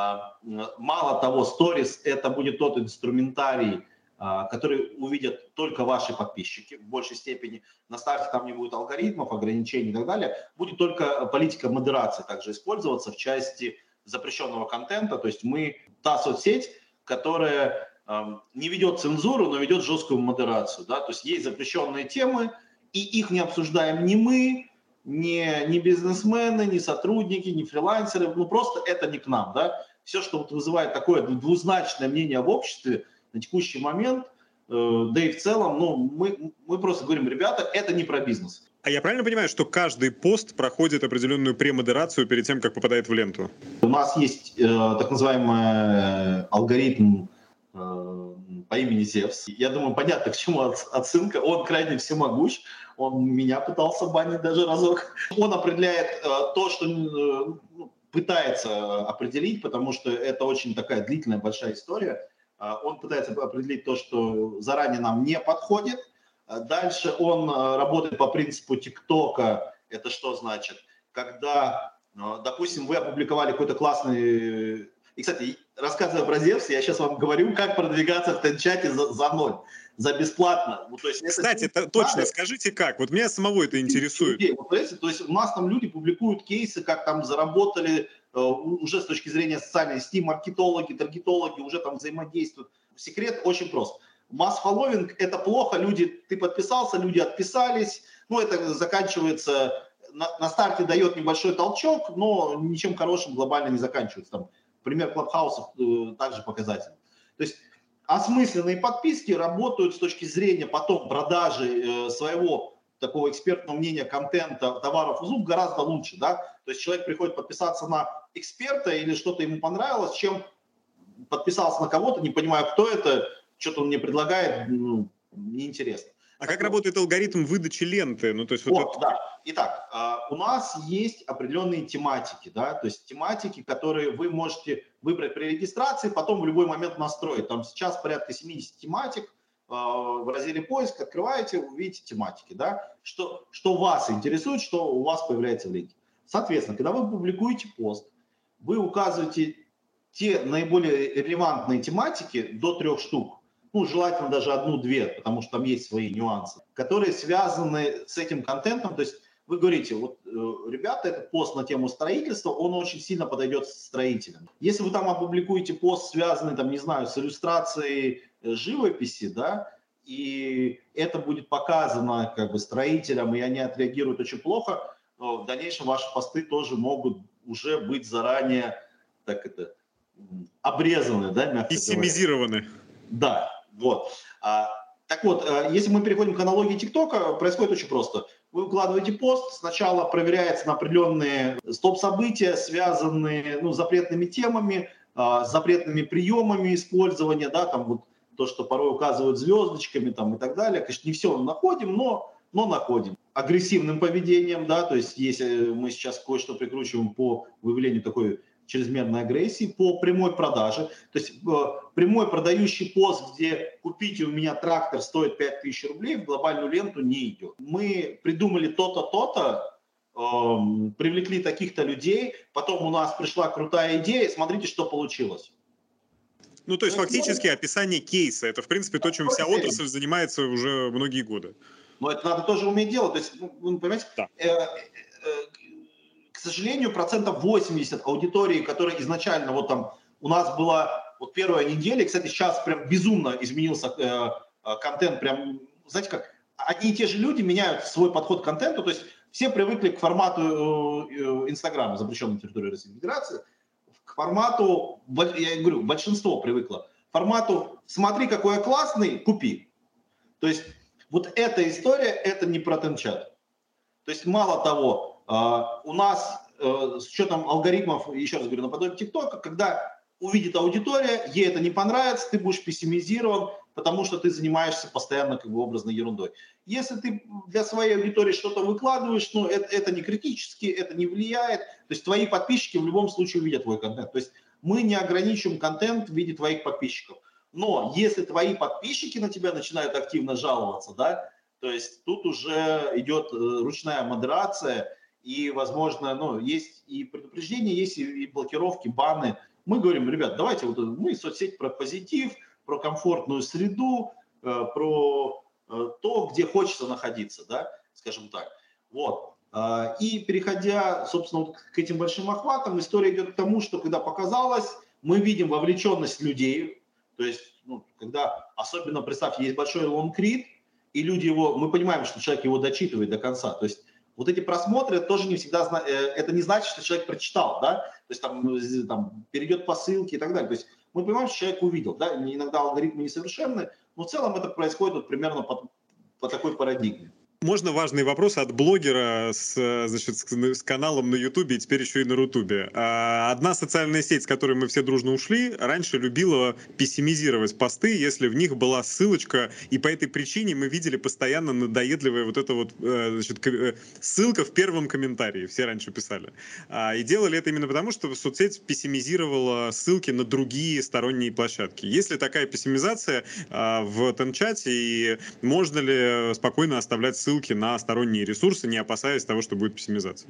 [SPEAKER 2] Мало того, stories — это будет тот инструментарий, который увидят только ваши подписчики в большей степени. На старте там не будет алгоритмов, ограничений и так далее. Будет только политика модерации также использоваться в части запрещенного контента. То есть мы та соцсеть, которая э, не ведет цензуру, но ведет жесткую модерацию. Да? То есть есть запрещенные темы, и их не обсуждаем ни мы, ни, ни бизнесмены, ни сотрудники, ни фрилансеры. Ну просто это не к нам. Да? Все, что вот вызывает такое двузначное мнение в обществе на текущий момент, э, да и в целом, ну, мы, мы просто говорим, ребята, это не про бизнес.
[SPEAKER 1] А я правильно понимаю, что каждый пост проходит определенную премодерацию перед тем, как попадает в ленту?
[SPEAKER 2] У нас есть э, так называемый алгоритм э, по имени Зевс. Я думаю, понятно, к чему от, отсылка. Он крайне всемогущ. Он меня пытался банить даже разок. Он определяет э, то, что э, пытается определить, потому что это очень такая длительная, большая история. Э, он пытается определить то, что заранее нам не подходит. Дальше он работает по принципу ТикТока. Это что значит? Когда, допустим, вы опубликовали какой-то классный... И, кстати, рассказывая про Зевс, я сейчас вам говорю, как продвигаться в Тенчате за, за ноль, за бесплатно. Ну, то есть,
[SPEAKER 1] кстати, это точно, скажите как, вот меня самого это интересует.
[SPEAKER 2] Вот, то есть у нас там люди публикуют кейсы, как там заработали уже с точки зрения социальной сети, маркетологи, таргетологи уже там взаимодействуют. Секрет очень прост. Масс-фолловинг – это плохо, люди, ты подписался, люди отписались, ну, это заканчивается, на, на старте дает небольшой толчок, но ничем хорошим глобально не заканчивается. Там, пример клабхаусов э, также показательный. То есть осмысленные подписки работают с точки зрения потом продажи э, своего такого экспертного мнения, контента, товаров, услуг гораздо лучше, да. То есть человек приходит подписаться на эксперта или что-то ему понравилось, чем подписался на кого-то, не понимая, кто это, что-то он мне предлагает, ну, неинтересно.
[SPEAKER 1] А как работает алгоритм выдачи ленты? Ну, то есть вот
[SPEAKER 2] О,
[SPEAKER 1] это...
[SPEAKER 2] да. Итак, у нас есть определенные тематики, да, то есть тематики, которые вы можете выбрать при регистрации, потом в любой момент настроить. Там сейчас порядка семьдесят тематик, в разделе поиск открываете, увидите тематики, да, что, что вас интересует, что у вас появляется в ленте. Соответственно, когда вы публикуете пост, вы указываете те наиболее релевантные тематики до трех штук, ну, желательно даже одну-две, потому что там есть свои нюансы, которые связаны с этим контентом. То есть вы говорите, вот, э, ребята, этот пост на тему строительства, он очень сильно подойдет строителям. Если вы там опубликуете пост, связанный, там, не знаю, с иллюстрацией живописи, да, и это будет показано как бы строителям, и они отреагируют очень плохо, в дальнейшем ваши посты тоже могут уже быть заранее, так это, обрезаны, да, мягко
[SPEAKER 1] пессимизированы.
[SPEAKER 2] говоря. Да, вот. А, так вот, если мы переходим к аналогии ТикТока, происходит очень просто. Вы укладываете пост, сначала проверяется на определенные стоп-события, связанные, ну, с запретными темами, а, с запретными приемами использования, да, там вот то, что порой указывают звездочками там, и так далее. Конечно, не все находим, но, но находим. Агрессивным поведением, да, то есть если мы сейчас кое-что прикручиваем по выявлению такой чрезмерной агрессии, по прямой продаже. То есть э, прямой продающий пост, где купите у меня трактор стоит пять тысяч рублей, в глобальную ленту не идет. Мы придумали то-то, то-то, э, привлекли таких-то людей, потом у нас пришла крутая идея, смотрите, что получилось.
[SPEAKER 1] Ну, то есть фактически описание кейса. Это, в принципе, то, чем вся отрасль занимается уже многие годы.
[SPEAKER 2] Но это надо тоже уметь делать. То есть, вы понимаете,
[SPEAKER 1] да.
[SPEAKER 2] э, э, к сожалению, процентов восемьдесят аудитории, которая изначально вот там у нас была вот первая неделя, кстати, сейчас прям безумно изменился э, контент, прям, знаете как, одни и те же люди меняют свой подход к контенту, то есть все привыкли к формату Инстаграма, э, запрещенной на территории Российской Федерации, к формату, я говорю, большинство привыкло, формату «смотри, какой я классный, купи». То есть вот эта история, это не про тенчат. То есть мало того, у нас с учетом алгоритмов, еще раз говорю, наподобие ТикТока, когда увидит аудитория, ей это не понравится, ты будешь пессимизирован, потому что ты занимаешься постоянно как бы образной ерундой. Если ты для своей аудитории что-то выкладываешь, ну, это, это не критически, это не влияет. То есть твои подписчики в любом случае увидят твой контент. То есть мы не ограничиваем контент в виде твоих подписчиков. Но если твои подписчики на тебя начинают активно жаловаться, да, то есть тут уже идет ручная модерация, и, возможно, ну, есть и предупреждения, есть и блокировки, баны. Мы говорим, ребят, давайте, вот мы соцсеть про позитив, про комфортную среду, про то, где хочется находиться, да, скажем так. Вот. И переходя, собственно, вот к этим большим охватам, история идет к тому, что когда показалось, мы видим вовлеченность людей, то есть, ну, когда, особенно, представьте, есть большой лонгрид, и люди его, мы понимаем, что человек его дочитывает до конца, то есть вот эти просмотры тоже не всегда, это не значит, что человек прочитал, да, то есть там, там перейдет по ссылке и так далее. То есть мы понимаем, что человек увидел, да, иногда алгоритмы несовершенны, но в целом это происходит вот примерно по, по такой парадигме.
[SPEAKER 1] Можно важный вопрос от блогера с, значит, с каналом на Ютубе и теперь еще и на Рутубе. Одна социальная сеть, с которой мы все дружно ушли, раньше любила пессимизировать посты, если в них была ссылочка, и по этой причине мы видели постоянно надоедливая вот эта вот, значит, ссылка в первом комментарии, все раньше писали. И делали это именно потому, что соцсеть пессимизировала ссылки на другие сторонние площадки. Есть ли такая пессимизация в Тенчате, и можно ли спокойно оставлять ссылки на сторонние ресурсы, не опасаясь того, что будет пессимизация?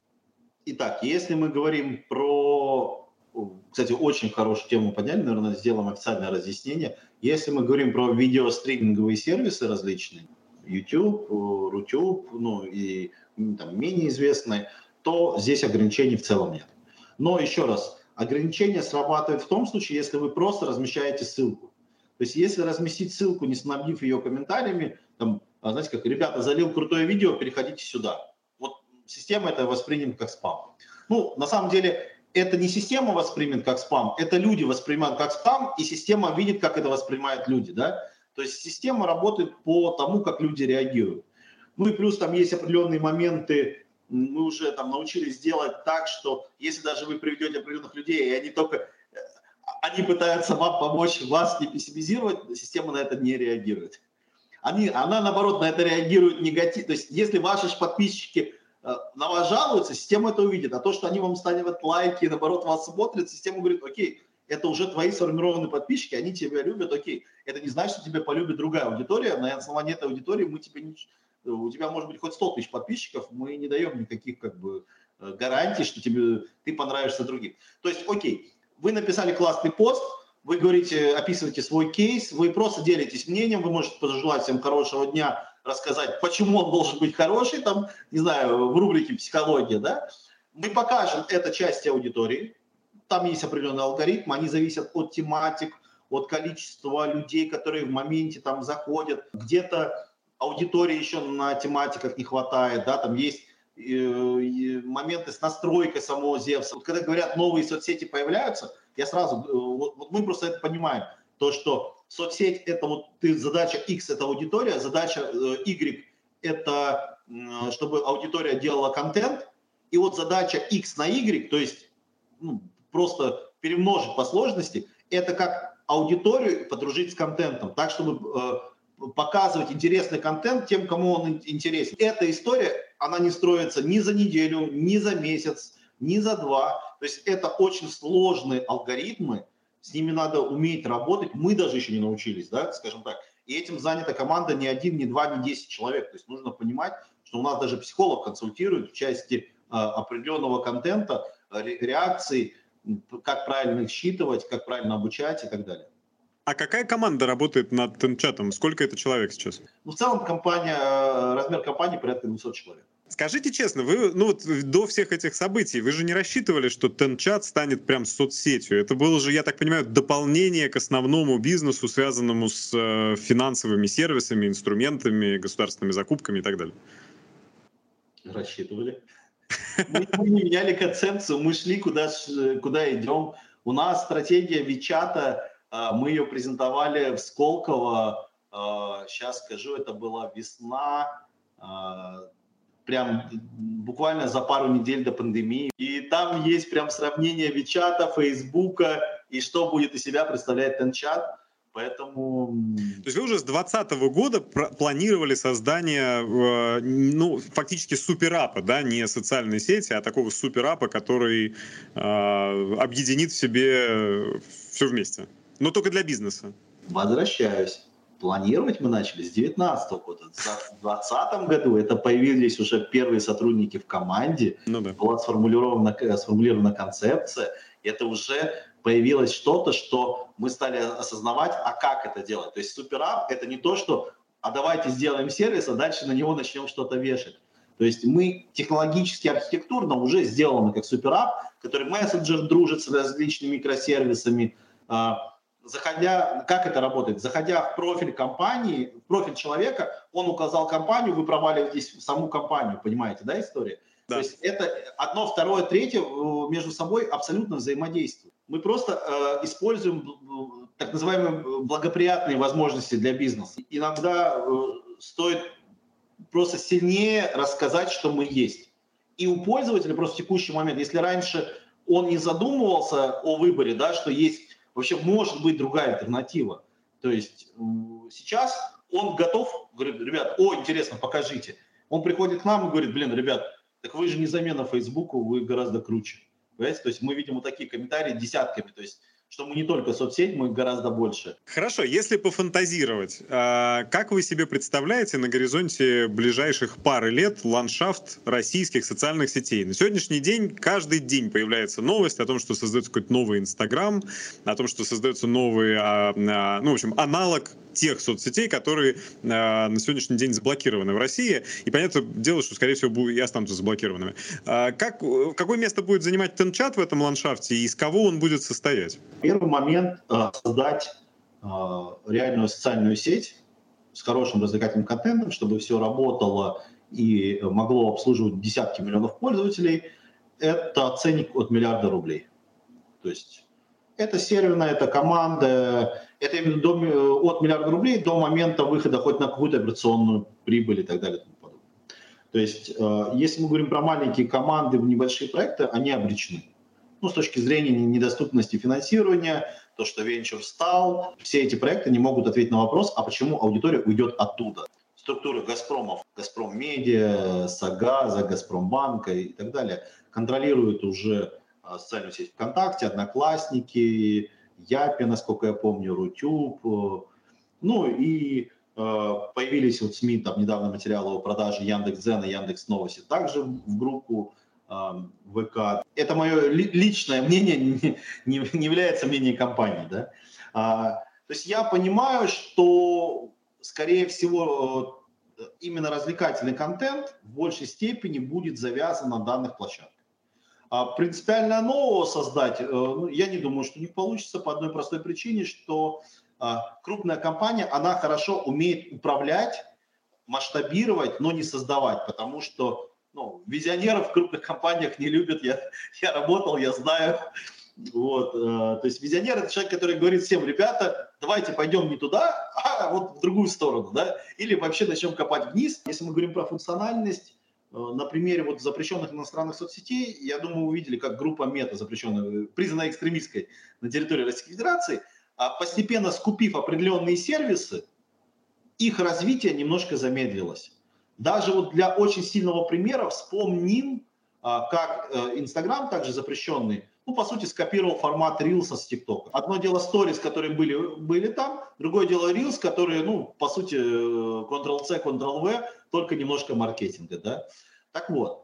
[SPEAKER 2] Итак, если мы говорим про... Кстати, очень хорошую тему подняли, наверное, сделаем официальное разъяснение. Если мы говорим про видеостриминговые сервисы различные, YouTube, Рутюб, ну и там, менее известные, то здесь ограничений в целом нет. Но еще раз, ограничение срабатывает в том случае, если вы просто размещаете ссылку. То есть если разместить ссылку, не снабдив ее комментариями, там, знаете, как, ребята, залил крутое видео, переходите сюда. Вот система это воспримет как спам. Ну, на самом деле, это не система воспримет как спам, это люди воспринимают как спам, и система видит, как это воспринимают люди, да. То есть система работает по тому, как люди реагируют. Ну и плюс там есть определенные моменты, мы уже там научились делать так, что если даже вы приведете определенных людей, и они только... они пытаются вам помочь, вас не пессимизировать, система на это не реагирует. Они, она, наоборот, на это реагирует негативно. То есть, если ваши ж подписчики э, на вас жалуются, система это увидит. А то, что они вам ставят лайки, наоборот, вас смотрят, система говорит, окей, это уже твои сформированные подписчики, они тебя любят, окей. Это не значит, что тебя полюбит другая аудитория. На основании этой аудитории мы тебе не... У тебя может быть хоть сто тысяч подписчиков, мы не даем никаких как бы гарантий, что тебе, ты понравишься другим. То есть, окей, вы написали классный пост, вы говорите, описываете свой кейс, вы просто делитесь мнением, вы можете пожелать всем хорошего дня, рассказать, почему он должен быть хороший, там, не знаю, в рубрике «Психология», да. Мы покажем это части аудитории, там есть определенный алгоритм, они зависят от тематик, от количества людей, которые в моменте там заходят, где-то аудитории еще на тематиках не хватает, да, там есть э, э, моменты с настройкой самого Зевса. Вот когда говорят, новые соцсети появляются, я сразу, э, вот, вот мы просто это понимаем, то, что соцсеть это вот ты, задача X это аудитория, задача э, Y это э, чтобы аудитория делала контент, и вот задача X на Y, то есть ну, просто перемножить по сложности, это как аудиторию подружить с контентом, так чтобы э, показывать интересный контент тем, кому он интересен. Эта история, она не строится ни за неделю, ни за месяц, ни за два. То есть это очень сложные алгоритмы, с ними надо уметь работать. Мы даже еще не научились, да, скажем так. И этим занята команда не один, не два, не десять человек. То есть нужно понимать, что у нас даже психолог консультирует в части э, определенного контента, ре, реакций, как правильно их считывать, как правильно обучать и так далее.
[SPEAKER 1] А какая команда работает над Тенчатом? Сколько это человек сейчас?
[SPEAKER 2] Ну, в целом компания, размер компании порядка двухсот человек.
[SPEAKER 1] Скажите честно, вы ну вот до всех этих событий, вы же не рассчитывали, что Тенчат станет прям соцсетью? Это было же, я так понимаю, дополнение к основному бизнесу, связанному с э, финансовыми сервисами, инструментами, государственными закупками и так далее.
[SPEAKER 2] Рассчитывали. Мы не меняли концепцию, мы шли куда, куда идем. У нас стратегия Вичата, мы ее презентовали в Сколково, сейчас скажу, это была весна, прям буквально за пару недель до пандемии. И там есть прям сравнение Вичата, Фейсбука и что будет из себя представлять Тенчат. Поэтому...
[SPEAKER 1] То есть вы уже с двадцатого года планировали создание, э, ну, фактически суперапа, да, не социальной сети, а такого суперапа, который э, объединит в себе все вместе, но только для бизнеса.
[SPEAKER 2] Возвращаюсь. Планировать мы начали с девятнадцатого года. В двадцатом году это появились уже первые сотрудники в команде, ну, да. Была сформулирована, сформулирована концепция, это уже... появилось что-то, что мы стали осознавать, а как это делать. То есть суперап — это не то, что а давайте сделаем сервис, а дальше на него начнем что-то вешать. То есть мы технологически, архитектурно уже сделаны как суперап, который мессенджер дружит с различными микросервисами. Заходя, как это работает? Заходя в профиль компании, в профиль человека, он указал компанию, вы проваливаетесь в саму компанию, понимаете, да, история? Да. То есть это одно, второе, третье между собой абсолютно взаимодействуют. Мы просто э, используем э, так называемые благоприятные возможности для бизнеса. Иногда э, стоит просто сильнее рассказать, что мы есть. И у пользователя просто в текущий момент, если раньше он не задумывался о выборе, да, что есть, вообще может быть другая альтернатива. То есть э, сейчас он готов, говорит, ребят, о, интересно, покажите. Он приходит к нам и говорит, блин, ребят, так вы же не замена Фейсбуку, вы гораздо круче. Понимаете? То есть мы видим вот такие комментарии десятками. То есть, что мы не только соцсеть, мы гораздо больше.
[SPEAKER 1] Хорошо, если пофантазировать, как вы себе представляете на горизонте ближайших пары лет ландшафт российских социальных сетей? На сегодняшний день каждый день появляется новость о том, что создается какой-то новый Инстаграм, о том, что создается новый, ну, в общем, аналог тех соцсетей, которые на сегодняшний день заблокированы в России. И понятное дело, что, скорее всего, и останутся заблокированными. Как, какое место будет занимать Тенчат в этом ландшафте и из кого он будет состоять?
[SPEAKER 2] Первый момент — создать реальную социальную сеть с хорошим развлекательным контентом, чтобы все работало и могло обслуживать десятки миллионов пользователей. Это ценник от миллиарда рублей. То есть это серверная, это команда, это именно до, от миллиарда рублей до момента выхода хоть на какую-то операционную прибыль и так далее. И тому подобное. То есть, э, если мы говорим про маленькие команды, небольшие проекты, они обречены. ну, с точки зрения недоступности финансирования, то, что венчур встал, все эти проекты не могут ответить на вопрос, а почему аудитория уйдет оттуда. Структуры «Газпромов», «Газпром Медиа», «Сагаза», «Газпромбанка» и так далее контролируют уже социальную сеть ВКонтакте, Одноклассники, Япи, насколько я помню, Рутюб. Ну и э, появились вот СМИ, там недавно материалы о продаже Яндекс.Дзена, Яндекс.Новости также в группу э, ВК. Это мое ли, личное мнение, не, не, не является мнением компании. Да? А, то есть я понимаю, что, скорее всего, именно развлекательный контент в большей степени будет завязан на данных площадках. А принципиально нового создать, ну, я не думаю, что у них получится по одной простой причине, что а, крупная компания, она хорошо умеет управлять, масштабировать, но не создавать, потому что ну, визионеров в крупных компаниях не любят. Я, я работал, я знаю. Вот, э, то есть визионер — это человек, который говорит всем: ребята, давайте пойдем не туда, а вот в другую сторону, да, или вообще начнем копать вниз. Если мы говорим про функциональность, на примере вот запрещенных иностранных соцсетей, я думаю, вы видели, как группа Мета, запрещенная, признанная экстремистской на территории Российской Федерации, постепенно скупив определенные сервисы, их развитие немножко замедлилось. Даже вот для очень сильного примера вспомним, как Инстаграм, также запрещенный, ну, по сути, скопировал формат Рилса с ТикТока. Одно дело сторис, которые были, были там, другое дело Рилс, которые, ну, по сути, контрол-C, контрол-V, только немножко маркетинга, да. Так вот,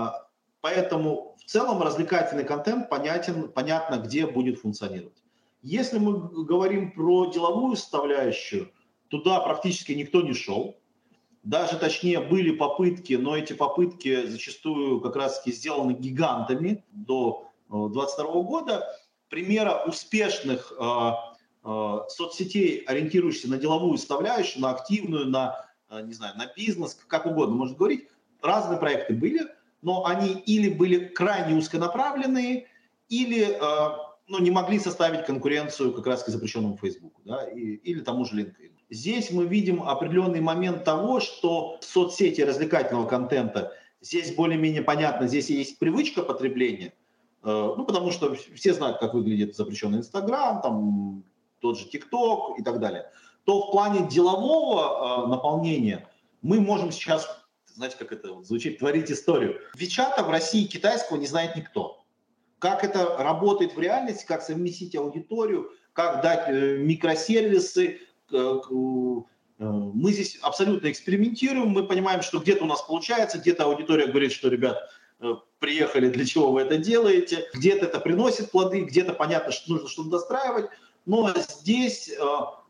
[SPEAKER 2] поэтому в целом развлекательный контент понятен, понятно, где будет функционировать. Если мы говорим про деловую составляющую, туда практически никто не шел. Даже, точнее, были попытки, но эти попытки зачастую как раз-таки сделаны гигантами до две тысячи двадцать второго года. Примера успешных э, э, соцсетей, ориентирующихся на деловую составляющую, на активную, на, э, не знаю, на бизнес, как угодно можно говорить, разные проекты были, но они или были крайне узконаправленные, или э, ну, не могли составить конкуренцию как раз к запрещенному Фейсбуку, да, и, или тому же LinkedIn. Здесь мы видим определенный момент того, что соцсети развлекательного контента, здесь более-менее понятно, здесь есть привычка потребления, э, ну, потому что все знают, как выглядит запрещенный Инстаграм, там, тот же ТикТок и так далее. То в плане делового э, наполнения мы можем сейчас, знаете, как это вот звучит, творить историю. Вичата в России китайского не знает никто. Как это работает в реальности, как совместить аудиторию, как дать э, микросервисы. Э, э, мы здесь абсолютно экспериментируем, мы понимаем, что где-то у нас получается, где-то аудитория говорит, что, ребят, э, приехали, для чего вы это делаете, где-то это приносит плоды, где-то понятно, что нужно что-то достраивать, но здесь э,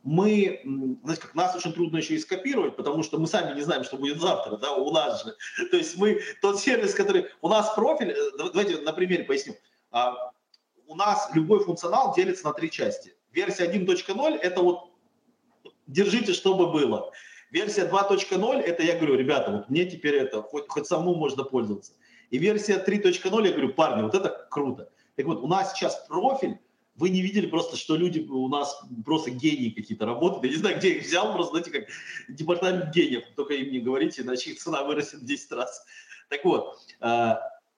[SPEAKER 2] мы, знаете, как нас очень трудно еще и скопировать, потому что мы сами не знаем, что будет завтра, да, у нас же. То есть мы, тот сервис, который, у нас профиль, давайте на примере поясню. Uh, у нас любой функционал делится на три части. Версия один точка ноль – это вот держите, чтобы было. Версия два точка ноль – это я говорю, ребята, вот мне теперь это, хоть, хоть самому можно пользоваться. И версия три точка ноль, я говорю, парни, вот это круто. Так вот, у нас сейчас профиль, вы не видели просто, что люди у нас просто гении какие-то работают. Я не знаю, где их взял, просто, знаете, как департамент гениев. Только им не говорите, иначе их цена вырастет в десять раз. Так вот, uh,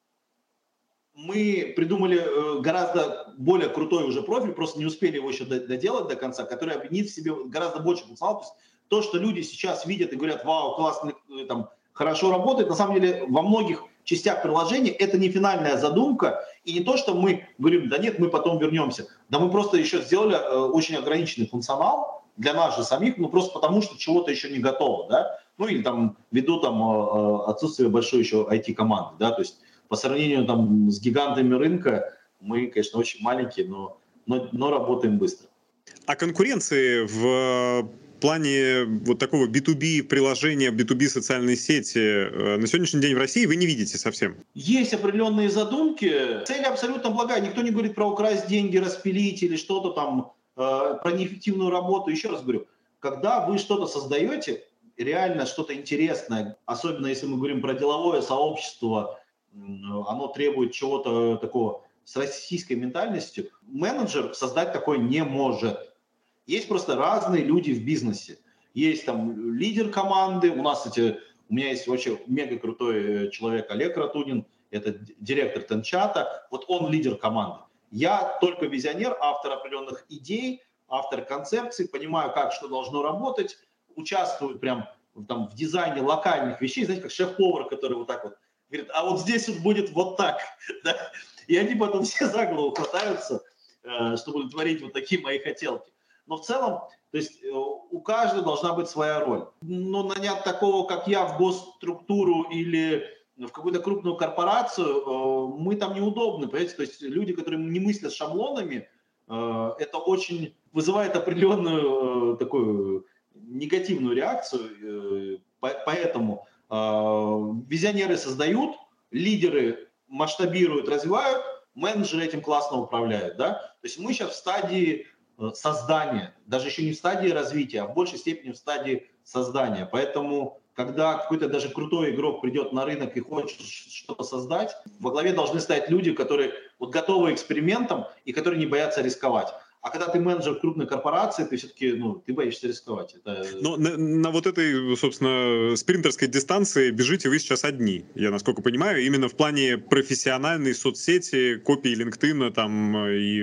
[SPEAKER 2] мы придумали гораздо более крутой уже профиль, просто не успели его еще доделать до конца, который объединит в себе гораздо больше функционалов. То есть то, что люди сейчас видят и говорят, вау, классно, там, хорошо работает, на самом деле во многих частях приложения это не финальная задумка, и не то, что мы говорим, да нет, мы потом вернемся. Да мы просто еще сделали очень ограниченный функционал для нас же самих, ну просто потому, что чего-то еще не готово, да, ну или там ввиду там отсутствия большой еще ай ти-команды, да, то есть по сравнению там, с гигантами рынка мы, конечно, очень маленькие, но, но, но работаем быстро.
[SPEAKER 1] А конкуренции в плане вот такого би ту би приложения, би ту би социальной сети на сегодняшний день в России вы не видите совсем?
[SPEAKER 2] Есть определенные задумки. Цель абсолютно благая. Никто не говорит про украсть деньги, распилить или что-то там, э, про неэффективную работу. Еще раз говорю, когда вы что-то создаете, реально что-то интересное, особенно если мы говорим про деловое сообщество, оно требует чего-то такого с российской ментальностью, менеджер создать такое не может. Есть просто разные люди в бизнесе. Есть там лидер команды, у нас, кстати, у меня есть вообще мега крутой человек Олег Ратунин, это директор Тенчата, вот он лидер команды. Я только визионер, автор определенных идей, автор концепций, понимаю, как что должно работать, участвую прям там, в дизайне локальных вещей, знаете, как шеф-повар, который вот так вот говорит, а вот здесь вот будет вот так. Да? И они потом все за голову хватаются, чтобы удовлетворить вот такие мои хотелки. Но в целом, то есть у каждого должна быть своя роль. Но нанять такого, как я, в госструктуру или в какую-то крупную корпорацию, мы там неудобны, понимаете? То есть люди, которые не мыслят шаблонами, это очень вызывает определенную такую негативную реакцию. Поэтому визионеры создают, лидеры масштабируют, развивают, менеджеры этим классно управляют. Да? То есть мы сейчас в стадии создания, даже еще не в стадии развития, а в большей степени в стадии создания. Поэтому, когда какой-то даже крутой игрок придет на рынок и хочет что-то создать, во главе должны стоять люди, которые вот готовы к экспериментам и которые не боятся рисковать. А когда ты менеджер крупной корпорации, ты все-таки, ну, ты боишься рисковать. Это...
[SPEAKER 1] Но на, на вот этой, собственно, спринтерской дистанции бежите вы сейчас одни, я насколько понимаю, именно в плане профессиональной соцсети, копии LinkedIn там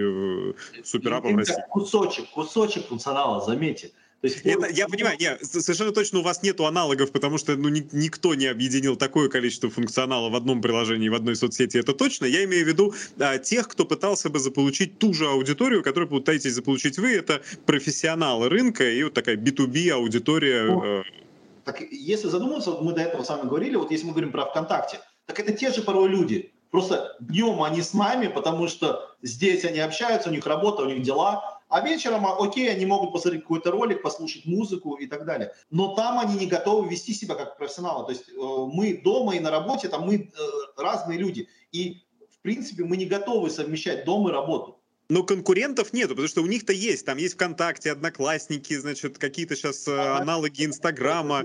[SPEAKER 1] и суперапов в России.
[SPEAKER 2] Кусочек, кусочек функционала, заметьте. То есть,
[SPEAKER 1] это, я понимаю, нет, совершенно точно у вас нету аналогов, потому что ну, ни, никто не объединил такое количество функционала в одном приложении, в одной соцсети, это точно. Я имею в виду а, тех, кто пытался бы заполучить ту же аудиторию, которую пытаетесь заполучить вы, это профессионалы рынка и вот такая би ту би аудитория.
[SPEAKER 2] Ну, э... так, если задуматься, мы до этого с вами говорили, вот если мы говорим про ВКонтакте, так это те же порой люди. Просто днем они с нами, потому что здесь они общаются, у них работа, у них дела. А вечером, окей, они могут посмотреть какой-то ролик, послушать музыку и так далее. Но там они не готовы вести себя как профессионалы. То есть э, мы дома и на работе, там мы э, разные люди. И, в принципе, мы не готовы совмещать дом и работу.
[SPEAKER 1] Но конкурентов нету, потому что у них-то есть. Там есть ВКонтакте, Одноклассники, значит, какие-то сейчас э, аналоги Инстаграма.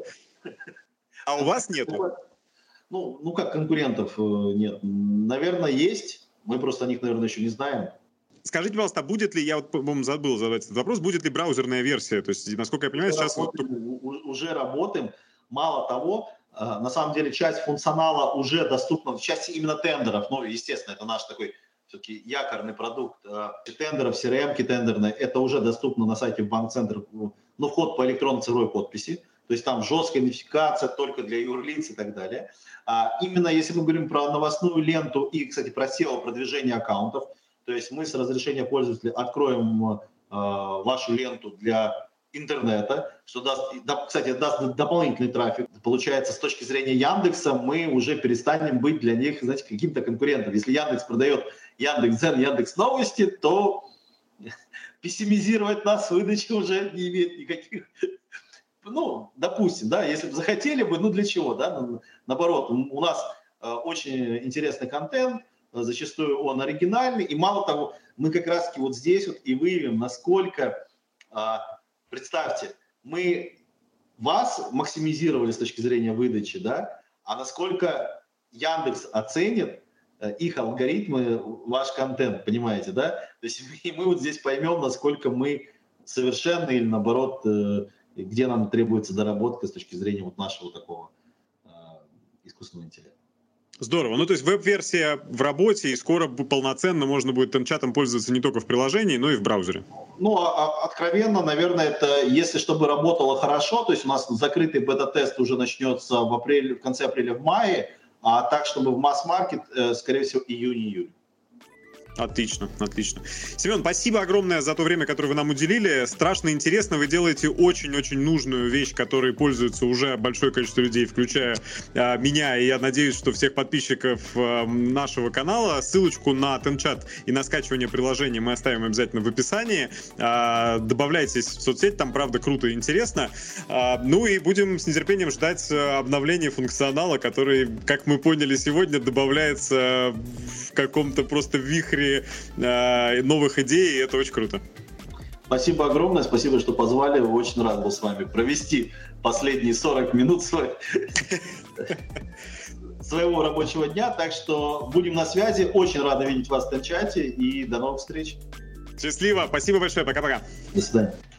[SPEAKER 1] А у вас нету?
[SPEAKER 2] Ну, ну как конкурентов нет? Наверное, есть. Мы просто о них, наверное, еще не знаем.
[SPEAKER 1] Скажите, пожалуйста, будет ли, я вот, по-моему, забыл задать этот вопрос, будет ли браузерная версия? То есть, насколько я понимаю,
[SPEAKER 2] уже
[SPEAKER 1] сейчас...
[SPEAKER 2] Работаем, вот... Уже работаем. Мало того, на самом деле часть функционала уже доступна, часть именно тендеров, ну, естественно, это наш такой все-таки якорный продукт тендеров, си эр эм-ки тендерные, это уже доступно на сайте в Банк-центр, ну, вход по электронной цифровой подписи, то есть там жесткая идентификация только для юрлиц и так далее. А именно если мы говорим про новостную ленту и, кстати, про сео, продвижение аккаунтов, то есть мы с разрешения пользователя откроем э, вашу ленту для интернета, что даст, да, кстати, даст дополнительный трафик. Получается, с точки зрения Яндекса, мы уже перестанем быть для них, знаете, каким-то конкурентом. Если Яндекс продает Яндекс.Дзен, Яндекс.Новости, то пессимизировать нас в выдаче уже не имеет никаких... Ну, допустим, да, если бы захотели бы, ну для чего, да? Наоборот, у нас э, очень интересный контент, зачастую он оригинальный, и мало того, мы как раз-таки вот здесь вот и выявим, насколько, представьте, мы вас максимизировали с точки зрения выдачи, да, а насколько Яндекс оценит их алгоритмы, ваш контент, понимаете, да? То есть мы, мы вот здесь поймем, насколько мы совершенны или наоборот, где нам требуется доработка с точки зрения вот нашего такого искусственного интеллекта.
[SPEAKER 1] Здорово. Ну, то есть веб-версия в работе, и скоро полноценно можно будет Тенчатом пользоваться не только в приложении, но и в браузере.
[SPEAKER 2] Ну, а, откровенно, наверное, это если чтобы работало хорошо, то есть у нас закрытый бета-тест уже начнется в апреле, в конце апреля, в мае, а так, чтобы в масс-маркет, скорее всего, июнь-июль.
[SPEAKER 1] Отлично, отлично. Семен, спасибо огромное за то время, которое вы нам уделили. Страшно интересно, вы делаете очень-очень нужную вещь, которой пользуется уже большое количество людей, включая а, меня, и я надеюсь, что всех подписчиков а, нашего канала. Ссылочку на Тенчат и на скачивание приложения мы оставим обязательно в описании. А, добавляйтесь в соцсеть, там правда круто и интересно. А, ну и будем с нетерпением ждать обновления функционала, который, как мы поняли сегодня, добавляется в каком-то просто вихре новых идей, и это очень круто.
[SPEAKER 2] Спасибо огромное, спасибо, что позвали. Очень рад был с вами провести последние сорок минут свой... своего рабочего дня. Так что будем на связи. Очень рада видеть вас в Тенчате и до новых встреч.
[SPEAKER 1] Счастливо, спасибо большое, пока-пока.
[SPEAKER 2] До свидания.